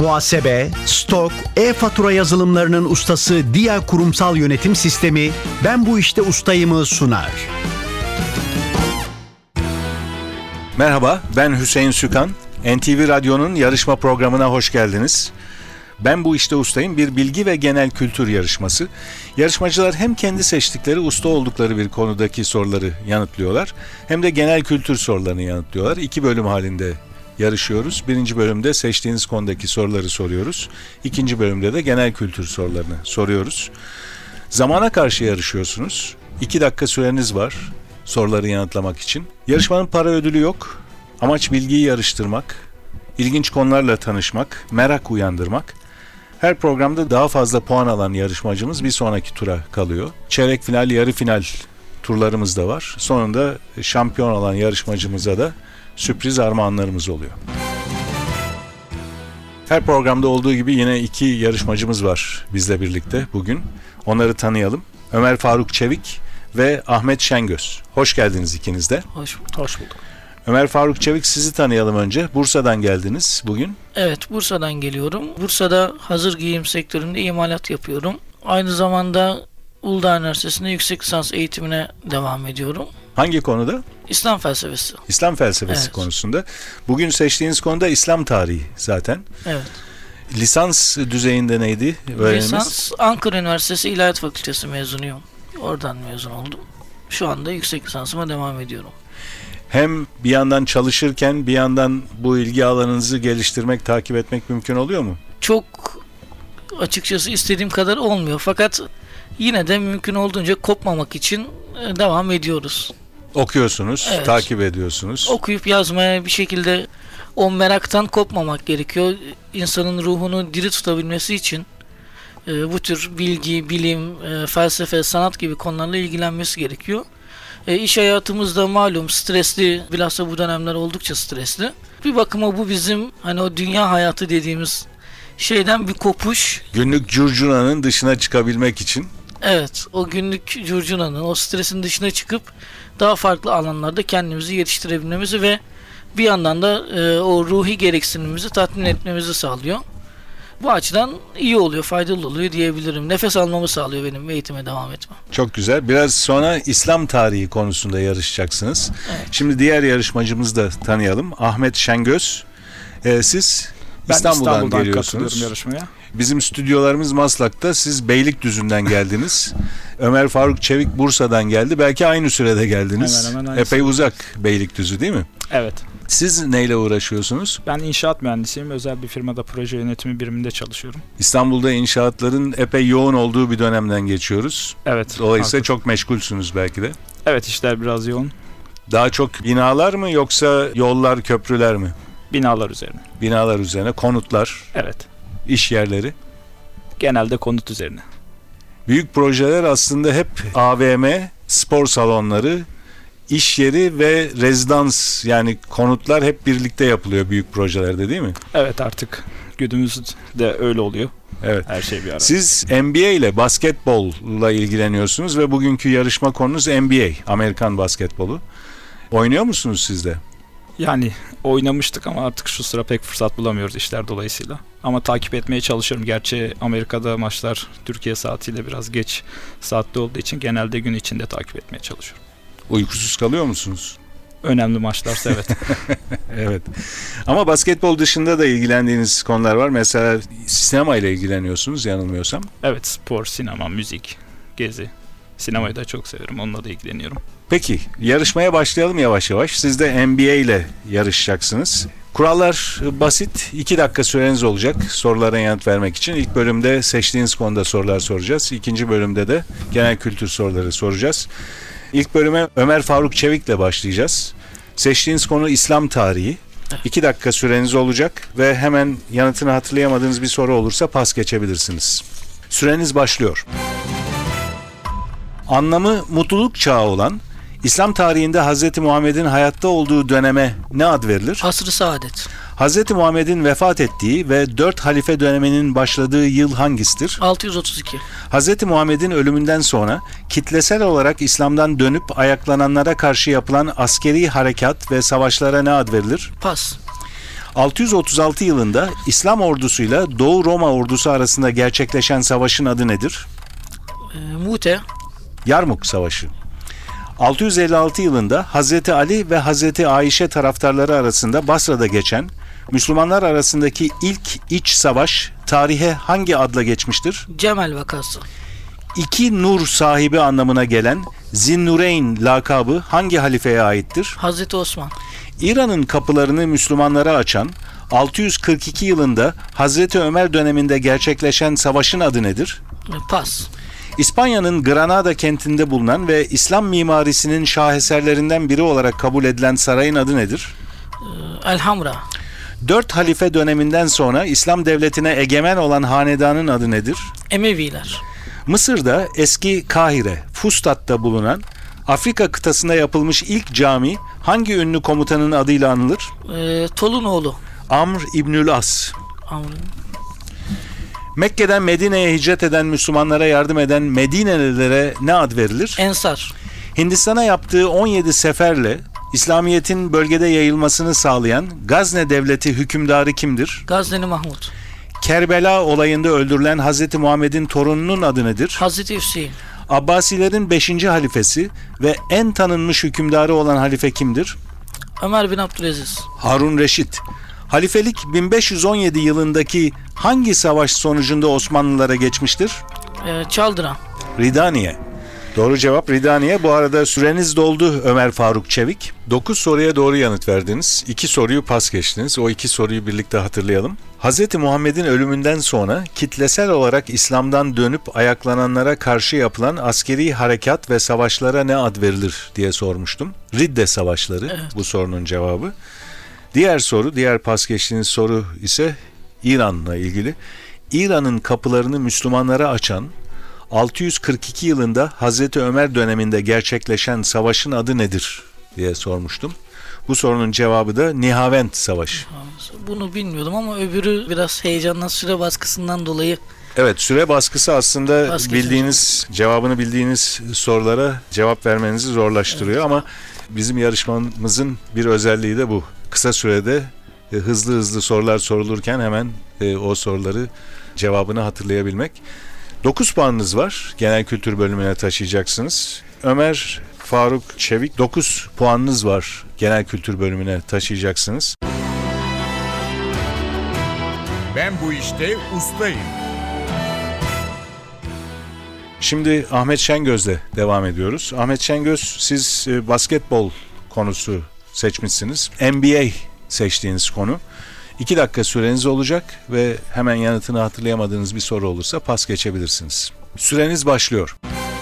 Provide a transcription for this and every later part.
Muhasebe, stok, e-fatura yazılımlarının ustası Dia Kurumsal Yönetim Sistemi Ben Bu İşte Ustayım'ı sunar. Merhaba, ben Hüseyin Sükan. NTV Radyo'nun yarışma programına hoş geldiniz. Ben Bu İşte Ustayım bir bilgi ve genel kültür yarışması. Yarışmacılar hem kendi seçtikleri, usta oldukları bir konudaki soruları yanıtlıyorlar, hem de genel kültür sorularını yanıtlıyorlar. 2 bölüm halinde yarışıyoruz. 1. bölümde seçtiğiniz konudaki soruları soruyoruz. 2. bölümde de genel kültür sorularını soruyoruz. Zamana karşı yarışıyorsunuz. 2 dakika süreniz var soruları yanıtlamak için. Yarışmanın para ödülü yok. Amaç bilgiyi yarıştırmak, ilginç konularla tanışmak, merak uyandırmak. Her programda daha fazla puan alan yarışmacımız bir sonraki tura kalıyor. Çeyrek final, yarı final turlarımız da var. Sonunda şampiyon olan yarışmacımıza da sürpriz armağanlarımız oluyor. Her programda olduğu gibi yine 2 yarışmacımız var bizle birlikte bugün. Onları tanıyalım. Ömer Faruk Çevik ve Ahmet Şengöz. Hoş geldiniz ikiniz de. Hoş bulduk. Hoş bulduk. Ömer Faruk Çevik, sizi tanıyalım önce. Bursa'dan geldiniz bugün. Evet, Bursa'dan geliyorum. Bursa'da hazır giyim sektöründe imalat yapıyorum. Aynı zamanda Uludağ Üniversitesi'nde yüksek lisans eğitimine devam ediyorum. Hangi konuda? İslam felsefesi. İslam felsefesi Evet. konusunda. Bugün seçtiğiniz konuda İslam tarihi zaten. Evet. Lisans düzeyinde neydi öğrenimiz? Lisans Ankara Üniversitesi İlahiyat Fakültesi mezunuyum. Oradan mezun oldum. Şu anda yüksek lisansıma devam ediyorum. Hem bir yandan çalışırken bir yandan bu ilgi alanınızı geliştirmek, takip etmek mümkün oluyor mu? Çok açıkçası istediğim kadar olmuyor. Fakat yine de mümkün olduğunca kopmamak için devam ediyoruz. Okuyorsunuz, Evet. takip ediyorsunuz. Okuyup yazmaya bir şekilde o meraktan kopmamak gerekiyor. İnsanın ruhunu diri tutabilmesi için bu tür bilgi, bilim, felsefe, sanat gibi konularla ilgilenmesi gerekiyor. İş hayatımızda malum stresli, bilhassa bu dönemler oldukça stresli. Bir bakıma bu bizim hani o dünya hayatı dediğimiz şeyden bir kopuş. Günlük curcunanın dışına çıkabilmek için. Evet, o günlük curcunanın, o stresin dışına çıkıp daha farklı alanlarda kendimizi yetiştirebilmemizi ve bir yandan da o ruhi gereksinimimizi tatmin etmemizi sağlıyor. Bu açıdan iyi oluyor, faydalı oluyor diyebilirim. Nefes almamı sağlıyor benim eğitime devam etmem. Çok güzel. Biraz sonra İslam tarihi konusunda yarışacaksınız. Evet. Şimdi diğer yarışmacımızı da tanıyalım. Ahmet Şengöz. Siz Ben İstanbul'dan geliyorsunuz. katılıyorum yarışmaya. Bizim stüdyolarımız Maslak'ta. Siz Beylikdüzü'nden geldiniz. Ömer Faruk Çevik Bursa'dan geldi. Belki aynı sürede geldiniz. Hemen aynı Epey sürede. uzak Beylikdüzü değil mi? Evet. Siz neyle uğraşıyorsunuz? Ben inşaat mühendisiyim. Özel bir firmada proje yönetimi biriminde çalışıyorum. İstanbul'da inşaatların epey yoğun olduğu bir dönemden geçiyoruz. Evet. Dolayısıyla haklı. çok meşgulsünüz belki de. Evet, işler biraz yoğun. Daha çok binalar mı yoksa yollar, köprüler mi? Binalar üzerine. Binalar üzerine, konutlar, Evet. iş yerleri. Genelde konut üzerine. Büyük projeler aslında hep AVM, spor salonları, iş yeri ve rezidans, yani konutlar hep birlikte yapılıyor büyük projelerde değil mi? Evet, artık günümüzde öyle oluyor. Evet. Her şey bir arada. Siz NBA ile basketbolla ilgileniyorsunuz ve bugünkü yarışma konunuz NBA, Amerikan basketbolu. Oynuyor musunuz siz de? Yani oynamıştık ama artık şu sıra pek fırsat bulamıyoruz işler dolayısıyla. Ama takip etmeye çalışıyorum. Gerçi Amerika'da maçlar Türkiye saatiyle biraz geç saatte olduğu için genelde gün içinde takip etmeye çalışıyorum. Uykusuz kalıyor musunuz? Önemli maçlarsa evet. Evet. Ama basketbol dışında da ilgilendiğiniz konular var. Mesela sinema ile ilgileniyorsunuz yanılmıyorsam. Evet, spor, sinema, müzik, gezi. Sinemayı da çok severim. Onunla da ilgileniyorum. Peki yarışmaya başlayalım yavaş yavaş. Siz de NBA ile yarışacaksınız. Kurallar basit. 2 dakika süreniz olacak sorulara yanıt vermek için. İlk bölümde seçtiğiniz konuda sorular soracağız. İkinci bölümde de genel kültür soruları soracağız. İlk bölüme Ömer Faruk Çevik'le başlayacağız. Seçtiğiniz konu İslam tarihi. 2 dakika süreniz olacak ve hemen yanıtını hatırlayamadığınız bir soru olursa pas geçebilirsiniz. Süreniz başlıyor. Anlamı mutluluk çağı olan İslam tarihinde Hz. Muhammed'in hayatta olduğu döneme ne ad verilir? Asr-ı Saadet. Hz. Muhammed'in vefat ettiği ve 4 halife döneminin başladığı yıl hangisidir? 632. Hz. Muhammed'in ölümünden sonra kitlesel olarak İslam'dan dönüp ayaklananlara karşı yapılan askeri harekat ve savaşlara ne ad verilir? Pas. 636 yılında İslam ordusuyla Doğu Roma ordusu arasında gerçekleşen savaşın adı nedir? Mute. Yarmuk Savaşı. 656 yılında Hazreti Ali ve Hazreti Ayşe taraftarları arasında Basra'da geçen Müslümanlar arasındaki ilk iç savaş tarihe hangi adla geçmiştir? Cemel vakası. İki nur sahibi anlamına gelen Zinnureyn lakabı hangi halifeye aittir? Hazreti Osman. İran'ın kapılarını Müslümanlara açan 642 yılında Hazreti Ömer döneminde gerçekleşen savaşın adı nedir? Pas. İspanya'nın Granada kentinde bulunan ve İslam mimarisinin şaheserlerinden biri olarak kabul edilen sarayın adı nedir? Elhamra. 4 halife döneminden sonra İslam devletine egemen olan hanedanın adı nedir? Emeviler. Mısır'da eski Kahire, Fustat'ta bulunan Afrika kıtasında yapılmış ilk cami hangi ünlü komutanın adıyla anılır? Tolunoğlu. Amr İbnül As. Mekke'den Medine'ye hicret eden Müslümanlara yardım eden Medinelilere ne ad verilir? Ensar. Hindistan'a yaptığı 17 seferle İslamiyet'in bölgede yayılmasını sağlayan Gazne devleti hükümdarı kimdir? Gazneli Mahmud. Kerbela olayında öldürülen Hz. Muhammed'in torununun adı nedir? Hazreti Hüseyin. Abbasilerin 5. halifesi ve en tanınmış hükümdarı olan halife kimdir? Ömer bin Abdülaziz. Harun Reşit. Halifelik 1517 yılındaki hangi savaş sonucunda Osmanlılara geçmiştir? Çaldıran. Ridaniye. Doğru cevap Ridaniye. Bu arada süreniz doldu Ömer Faruk Çevik. 9 soruya doğru yanıt verdiniz. 2 soruyu pas geçtiniz. O 2 soruyu birlikte hatırlayalım. Hz. Muhammed'in ölümünden sonra kitlesel olarak İslam'dan dönüp ayaklananlara karşı yapılan askeri harekat ve savaşlara ne ad verilir diye sormuştum. Ridde savaşları, evet. Bu sorunun cevabı. Diğer soru, diğer pas geçtiğiniz soru ise İran'la ilgili. İran'ın kapılarını Müslümanlara açan 642 yılında Hazreti Ömer döneminde gerçekleşen savaşın adı nedir diye sormuştum. Bu sorunun cevabı da Nihavend Savaşı. Bunu bilmiyordum ama öbürü biraz heyecanla süre baskısından dolayı. Evet, süre baskısı aslında cevabını bildiğiniz sorulara cevap vermenizi zorlaştırıyor, evet. Ama bizim yarışmamızın bir özelliği de bu. Kısa sürede hızlı sorular sorulurken hemen o soruları cevabını hatırlayabilmek. 9 puanınız var. Genel kültür bölümüne taşıyacaksınız. Ömer Faruk Çevik 9 puanınız var. Genel kültür bölümüne taşıyacaksınız. Ben bu işte ustayım. Şimdi Ahmet Şengöz'le devam ediyoruz. Ahmet Şengöz, siz basketbol konusu seçmişsiniz. NBA seçtiğiniz konu. 2 dakika süreniz olacak ve hemen yanıtını hatırlayamadığınız bir soru olursa pas geçebilirsiniz. Süreniz başlıyor.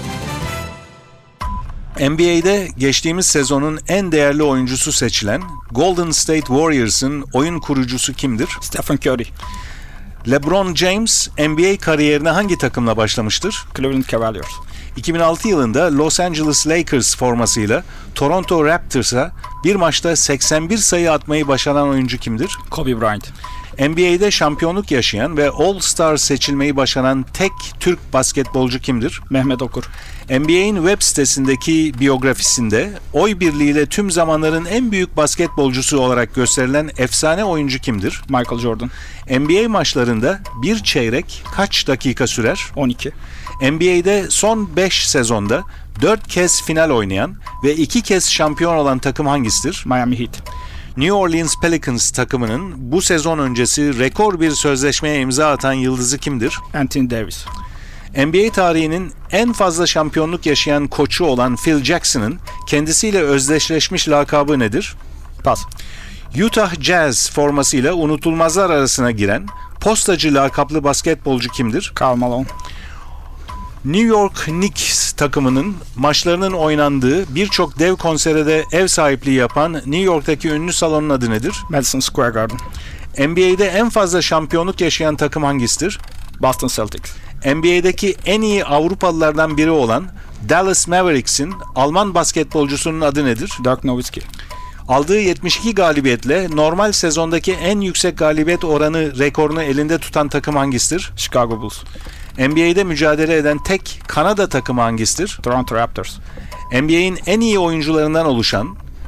NBA'de geçtiğimiz sezonun en değerli oyuncusu seçilen Golden State Warriors'ın oyun kurucusu kimdir? Stephen Curry. LeBron James NBA kariyerine hangi takımla başlamıştır? Cleveland Cavaliers. 2006 yılında Los Angeles Lakers formasıyla Toronto Raptors'a bir maçta 81 sayı atmayı başaran oyuncu kimdir? Kobe Bryant. NBA'de şampiyonluk yaşayan ve All-Star seçilmeyi başaran tek Türk basketbolcu kimdir? Mehmet Okur. NBA'in web sitesindeki biyografisinde oy birliğiyle tüm zamanların en büyük basketbolcusu olarak gösterilen efsane oyuncu kimdir? Michael Jordan. NBA maçlarında bir çeyrek kaç dakika sürer? 12. NBA'de son 5 sezonda 4 kez final oynayan ve 2 kez şampiyon olan takım hangisidir? Miami Heat. New Orleans Pelicans takımının bu sezon öncesi rekor bir sözleşmeye imza atan yıldızı kimdir? Anthony Davis. NBA tarihinin en fazla şampiyonluk yaşayan koçu olan Phil Jackson'ın kendisiyle özdeşleşmiş lakabı nedir? Pas. Utah Jazz formasıyla unutulmazlar arasına giren postacı lakaplı basketbolcu kimdir? Karl Malone. New York Knicks takımının maçlarının oynandığı birçok dev konsere de ev sahipliği yapan New York'taki ünlü salonun adı nedir? Madison Square Garden. NBA'de en fazla şampiyonluk yaşayan takım hangisidir? Boston Celtics. NBA'deki en iyi Avrupalılardan biri olan Dallas Mavericks'in Alman basketbolcusunun adı nedir? Dirk Nowitzki. Aldığı 72 galibiyetle normal sezondaki en yüksek galibiyet oranı rekorunu elinde tutan takım hangisidir? Chicago Bulls. NBA'de mücadele eden tek Kanada takımı hangisidir? Toronto Raptors. NBA'in en iyi oyuncularından oluşan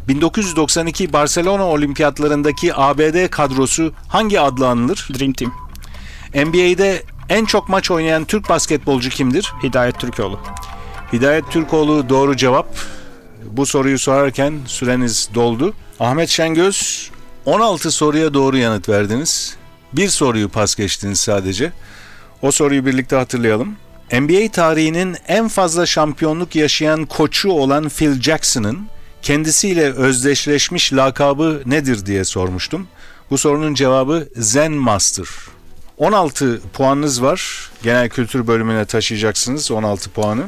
1992 Barcelona Olimpiyatlarındaki ABD kadrosu hangi adla anılır? Dream Team. NBA'de en çok maç oynayan Türk basketbolcu kimdir? Hidayet Türkoğlu. Hidayet Türkoğlu doğru cevap. Bu soruyu sorarken süreniz doldu. Ahmet Şengöz, 16 soruya doğru yanıt verdiniz. Bir soruyu pas geçtiniz sadece. O soruyu birlikte hatırlayalım. NBA tarihinin en fazla şampiyonluk yaşayan koçu olan Phil Jackson'ın kendisiyle özdeşleşmiş lakabı nedir diye sormuştum. Bu sorunun cevabı Zen Master. 16 puanınız var. Genel kültür bölümüne taşıyacaksınız 16 puanı.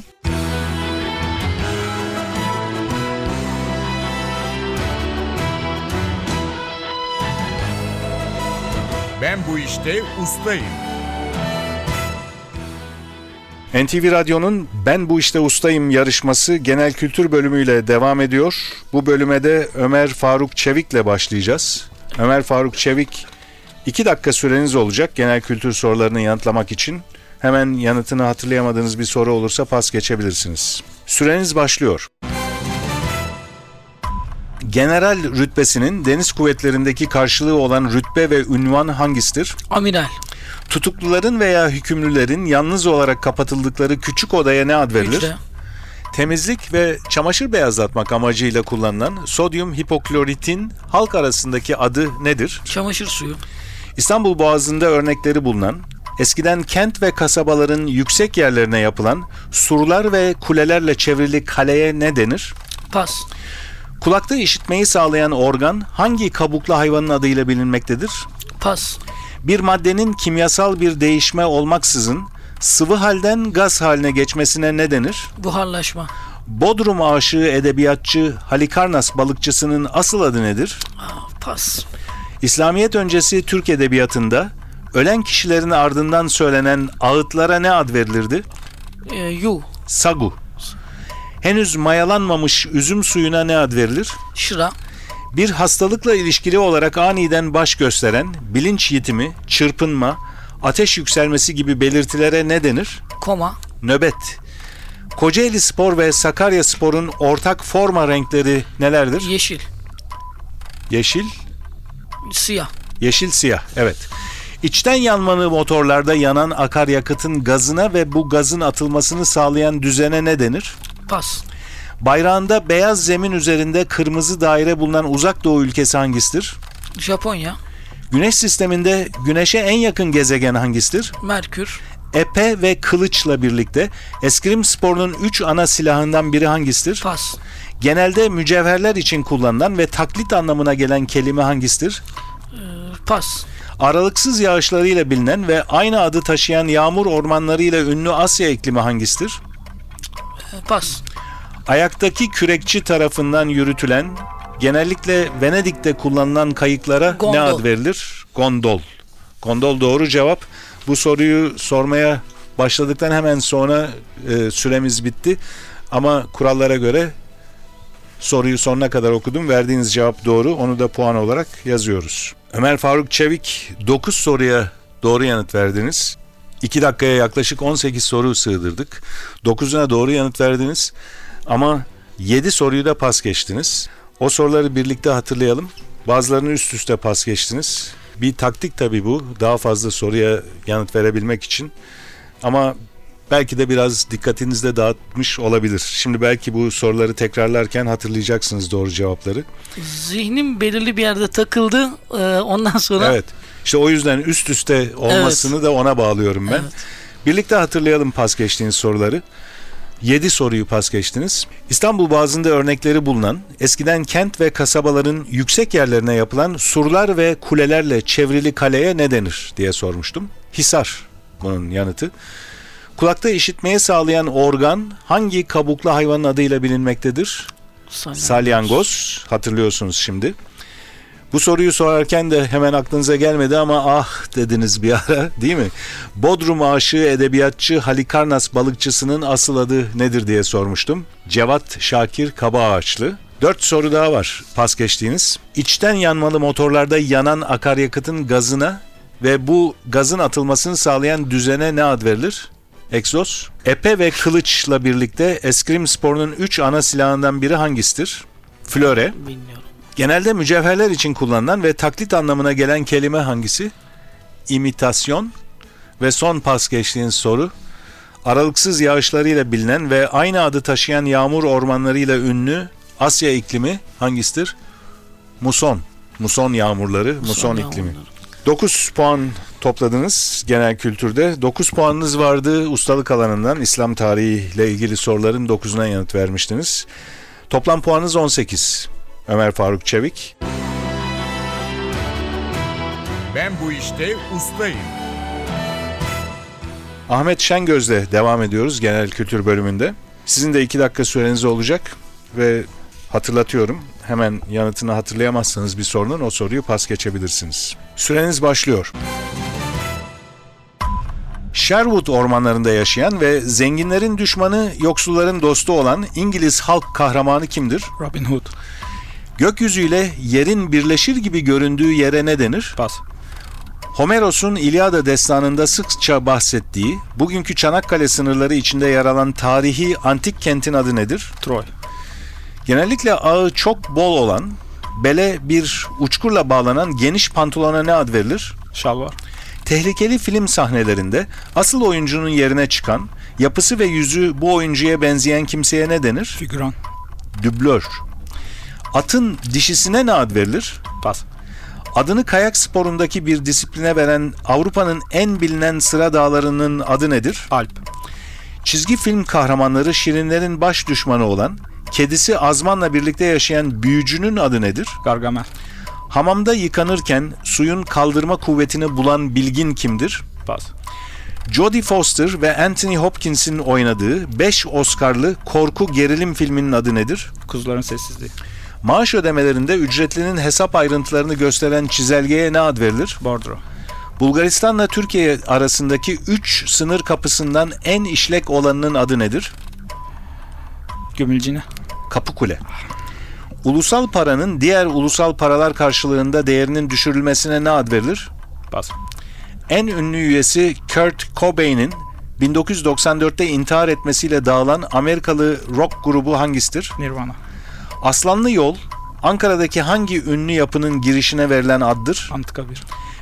Ben bu işte ustayım. NTV Radyo'nun Ben Bu İşte Ustayım yarışması genel kültür bölümüyle devam ediyor. Bu bölüme de Ömer Faruk Çevik'le başlayacağız. Ömer Faruk Çevik, 2 dakika süreniz olacak genel kültür sorularını yanıtlamak için. Hemen yanıtını hatırlayamadığınız bir soru olursa pas geçebilirsiniz. Süreniz başlıyor. General rütbesinin deniz kuvvetlerindeki karşılığı olan rütbe ve ünvan hangisidir? Amiral. Tutukluların veya hükümlülerin yalnız olarak kapatıldıkları küçük odaya ne ad verilir? Hücre. Temizlik ve çamaşır beyazlatmak amacıyla kullanılan sodyum hipokloritin halk arasındaki adı nedir? Çamaşır suyu. İstanbul Boğazı'nda örnekleri bulunan, eskiden kent ve kasabaların yüksek yerlerine yapılan surlar ve kulelerle çevrili kaleye ne denir? Pas. Kulakta işitmeyi sağlayan organ hangi kabuklu hayvanın adıyla bilinmektedir? Pas. Bir maddenin kimyasal bir değişme olmaksızın sıvı halden gaz haline geçmesine ne denir? Buharlaşma. Bodrum aşığı edebiyatçı Halikarnas balıkçısının asıl adı nedir? Pas. İslamiyet öncesi Türk edebiyatında ölen kişilerin ardından söylenen ağıtlara ne ad verilirdi? Yu. Sagu. Henüz mayalanmamış üzüm suyuna ne ad verilir? Şıra. Bir hastalıkla ilişkili olarak aniden baş gösteren bilinç yitimi, çırpınma, ateş yükselmesi gibi belirtilere ne denir? Koma. Nöbet. Kocaeli Spor ve Sakarya Spor'un ortak forma renkleri nelerdir? Yeşil. Yeşil, Siyah. yeşil siyah. Evet. İçten yanmalı motorlarda yanan akaryakıtın gazına ve bu gazın atılmasını sağlayan düzene ne denir? Pas. Bayrağında beyaz zemin üzerinde kırmızı daire bulunan Uzak Doğu ülkesi hangisidir? Japonya. Güneş sisteminde Güneş'e en yakın gezegen hangisidir? Merkür. Epe ve kılıçla birlikte eskrim sporunun 3 ana silahından biri hangisidir? Pas. Genelde mücevherler için kullanılan ve taklit anlamına gelen kelime hangisidir? Pas. Aralıksız yağışlarıyla bilinen ve aynı adı taşıyan yağmur ormanlarıyla ünlü Asya iklimi hangisidir? Pas. Ayaktaki kürekçi tarafından yürütülen, genellikle Venedik'te kullanılan kayıklara Gondol. ne ad verilir? Gondol. Gondol doğru cevap. Bu soruyu sormaya başladıktan hemen sonra süremiz bitti. Ama kurallara göre soruyu sonuna kadar okudum. Verdiğiniz cevap doğru. Onu da puan olarak yazıyoruz. Ömer Faruk Çevik, 9 soruya doğru yanıt verdiniz. 2 dakikaya yaklaşık 18 soru sığdırdık. 9'una doğru yanıt verdiniz. Ama 7 soruyu da pas geçtiniz. O soruları birlikte hatırlayalım. Bazılarını üst üste pas geçtiniz. Bir taktik tabii bu. Daha fazla soruya yanıt verebilmek için. Ama belki de biraz dikkatinizde dağıtmış olabilir. Şimdi belki bu soruları tekrarlarken hatırlayacaksınız doğru cevapları. Zihnim belirli bir yerde takıldı. Ondan sonra Evet. İşte o yüzden üst üste olmasını da ona bağlıyorum ben. Evet. Birlikte hatırlayalım pas geçtiğiniz soruları. 7 soruyu pas geçtiniz. İstanbul Boğazı'nda örnekleri bulunan, eskiden kent ve kasabaların yüksek yerlerine yapılan surlar ve kulelerle çevrili kaleye ne denir diye sormuştum. Hisar bunun yanıtı. Kulakta işitmeyi sağlayan organ hangi kabuklu hayvanın adıyla bilinmektedir? Salyangoz. Hatırlıyorsunuz şimdi. Bu soruyu sorarken de hemen aklınıza gelmedi ama ah dediniz bir ara, değil mi? Bodrum aşığı edebiyatçı Halikarnas balıkçısının asıl adı nedir diye sormuştum. Cevat Şakir Kabaağaçlı. 4 soru daha var pas geçtiğiniz. İçten yanmalı motorlarda yanan akaryakıtın gazına ve bu gazın atılmasını sağlayan düzene ne ad verilir? Egzoz. Epe ve kılıçla birlikte eskrim sporunun 3 ana silahından biri hangisidir? Flöre. Bilmiyorum. Genelde mücevherler için kullanılan ve taklit anlamına gelen kelime hangisi? İmitasyon. Ve son pas geçtiğiniz soru. Aralıksız yağışlarıyla bilinen ve aynı adı taşıyan yağmur ormanlarıyla ünlü Asya iklimi hangisidir? Muson. Muson yağmurları, muson iklimi. 9 puan topladınız genel kültürde. 9 puanınız vardı ustalık alanından. İslam tarihiyle ilgili soruların 9'una yanıt vermiştiniz. Toplam puanınız 18. Ömer Faruk Çevik. Ben bu işte ustayım. Ahmet Şengöz'le devam ediyoruz genel kültür bölümünde. Sizin de 2 dakika süreniz olacak ve hatırlatıyorum. Hemen yanıtını hatırlayamazsanız bir sorunun o soruyu pas geçebilirsiniz. Süreniz başlıyor. Sherwood ormanlarında yaşayan ve zenginlerin düşmanı, yoksulların dostu olan İngiliz halk kahramanı kimdir? Robin Hood. Gökyüzüyle yerin birleşir gibi göründüğü yere ne denir? Pas. Homeros'un İlyada destanında sıkça bahsettiği, bugünkü Çanakkale sınırları içinde yer alan tarihi antik kentin adı nedir? Troy. Genellikle ağı çok bol olan, bele bir uçkurla bağlanan geniş pantolona ne ad verilir? Şalvar. Tehlikeli film sahnelerinde asıl oyuncunun yerine çıkan, yapısı ve yüzü bu oyuncuya benzeyen kimseye ne denir? Figüran. Dublör. Atın dişisine ne ad verilir? Pas. Adını kayak sporundaki bir disipline veren Avrupa'nın en bilinen sıra dağlarının adı nedir? Alp. Çizgi film kahramanları Şirinlerin baş düşmanı olan, kedisi Azman'la birlikte yaşayan büyücünün adı nedir? Gargamel. Hamamda yıkanırken suyun kaldırma kuvvetini bulan bilgin kimdir? Pas. Jodie Foster ve Anthony Hopkins'in oynadığı 5 Oscar'lı korku gerilim filminin adı nedir? Kuzuların Sessizliği. Maaş ödemelerinde ücretlinin hesap ayrıntılarını gösteren çizelgeye ne ad verilir? Bordro. Bulgaristan'la Türkiye arasındaki 3 sınır kapısından en işlek olanının adı nedir? Gümülcine. Kapıkule. Ulusal paranın diğer ulusal paralar karşılığında değerinin düşürülmesine ne ad verilir? Pas. En ünlü üyesi Kurt Cobain'in 1994'te intihar etmesiyle dağılan Amerikalı rock grubu hangisidir? Nirvana. Aslanlı Yol, Ankara'daki hangi ünlü yapının girişine verilen addır? Anıtkabir.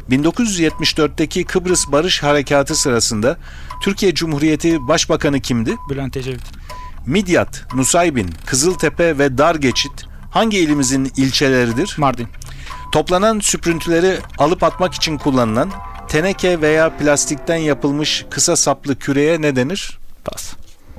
1974'teki Kıbrıs Barış Harekatı sırasında Türkiye Cumhuriyeti Başbakanı kimdi? Bülent Ecevit. Midyat, Nusaybin, Kızıltepe ve Dargeçit hangi ilimizin ilçeleridir? Mardin. Toplanan süprüntüleri alıp atmak için kullanılan teneke veya plastikten yapılmış kısa saplı küreye ne denir? Pas.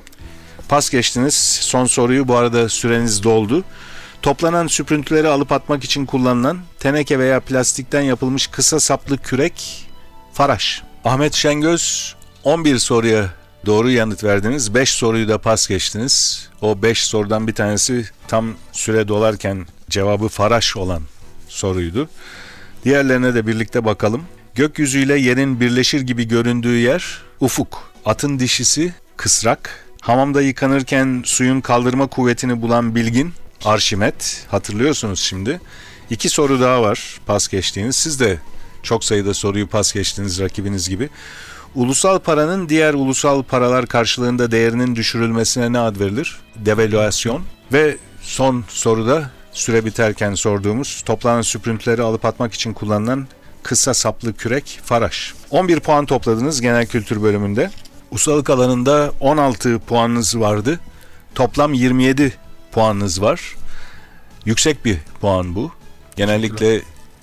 Pas geçtiniz. Son soruyu, bu arada süreniz doldu. Toplanan süprüntüleri alıp atmak için kullanılan teneke veya plastikten yapılmış kısa saplı kürek, faraş. Ahmet Şengöz, 11 soruya doğru yanıt verdiniz. 5 soruyu da pas geçtiniz. O 5 sorudan bir tanesi tam süre dolarken cevabı faraş olan soruydu. Diğerlerine de birlikte bakalım. Gökyüzüyle yerin birleşir gibi göründüğü yer ufuk. Atın dişisi kısrak. Hamamda yıkanırken suyun kaldırma kuvvetini bulan bilgin Arşimet. Hatırlıyorsunuz şimdi. 2 soru daha var pas geçtiğiniz. Siz de çok sayıda soruyu pas geçtiniz rakibiniz gibi. Ulusal paranın diğer ulusal paralar karşılığında değerinin düşürülmesine ne ad verilir? Devalüasyon. Ve son soruda süre biterken sorduğumuz toplanan süprüntüleri alıp atmak için kullanılan kısa saplı kürek, faraş. 11 puan topladınız genel kültür bölümünde. Ustalık alanında 16 puanınız vardı. Toplam 27 puanınız var. Yüksek bir puan bu. Genellikle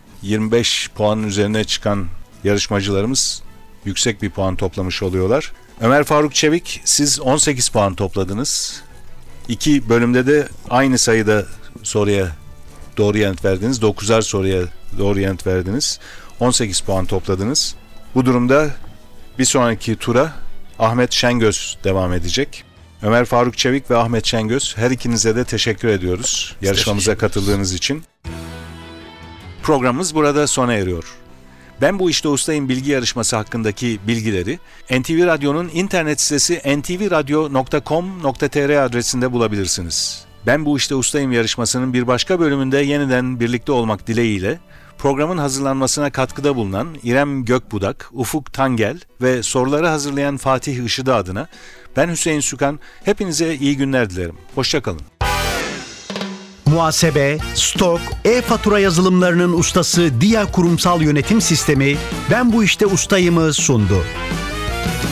25 puanın üzerine çıkan yarışmacılarımız yüksek bir puan toplamış oluyorlar. Ömer Faruk Çevik, siz 18 puan topladınız. 2 bölümde de aynı sayıda soruya doğru yanıt verdiniz. 9'ar soruya doğru yanıt verdiniz. 18 puan topladınız. Bu durumda bir sonraki tura Ahmet Şengöz devam edecek. Ömer Faruk Çevik ve Ahmet Şengöz, her ikinize de teşekkür ediyoruz yarışmamıza katıldığınız için. Programımız burada sona eriyor. Ben bu işte ustayım bilgi yarışması hakkındaki bilgileri NTV Radyo'nun internet sitesi ntvradio.com.tr adresinde bulabilirsiniz. Ben bu işte ustayım yarışmasının bir başka bölümünde yeniden birlikte olmak dileğiyle programın hazırlanmasına katkıda bulunan İrem Gökbudak, Ufuk Tangel ve soruları hazırlayan Fatih Işıdı adına ben Hüseyin Sükan, hepinize iyi günler dilerim. Hoşça kalın. Muhasebe, stok, e-fatura yazılımlarının ustası Dia Kurumsal Yönetim Sistemi Ben Bu İşte Ustayım'ı sundu.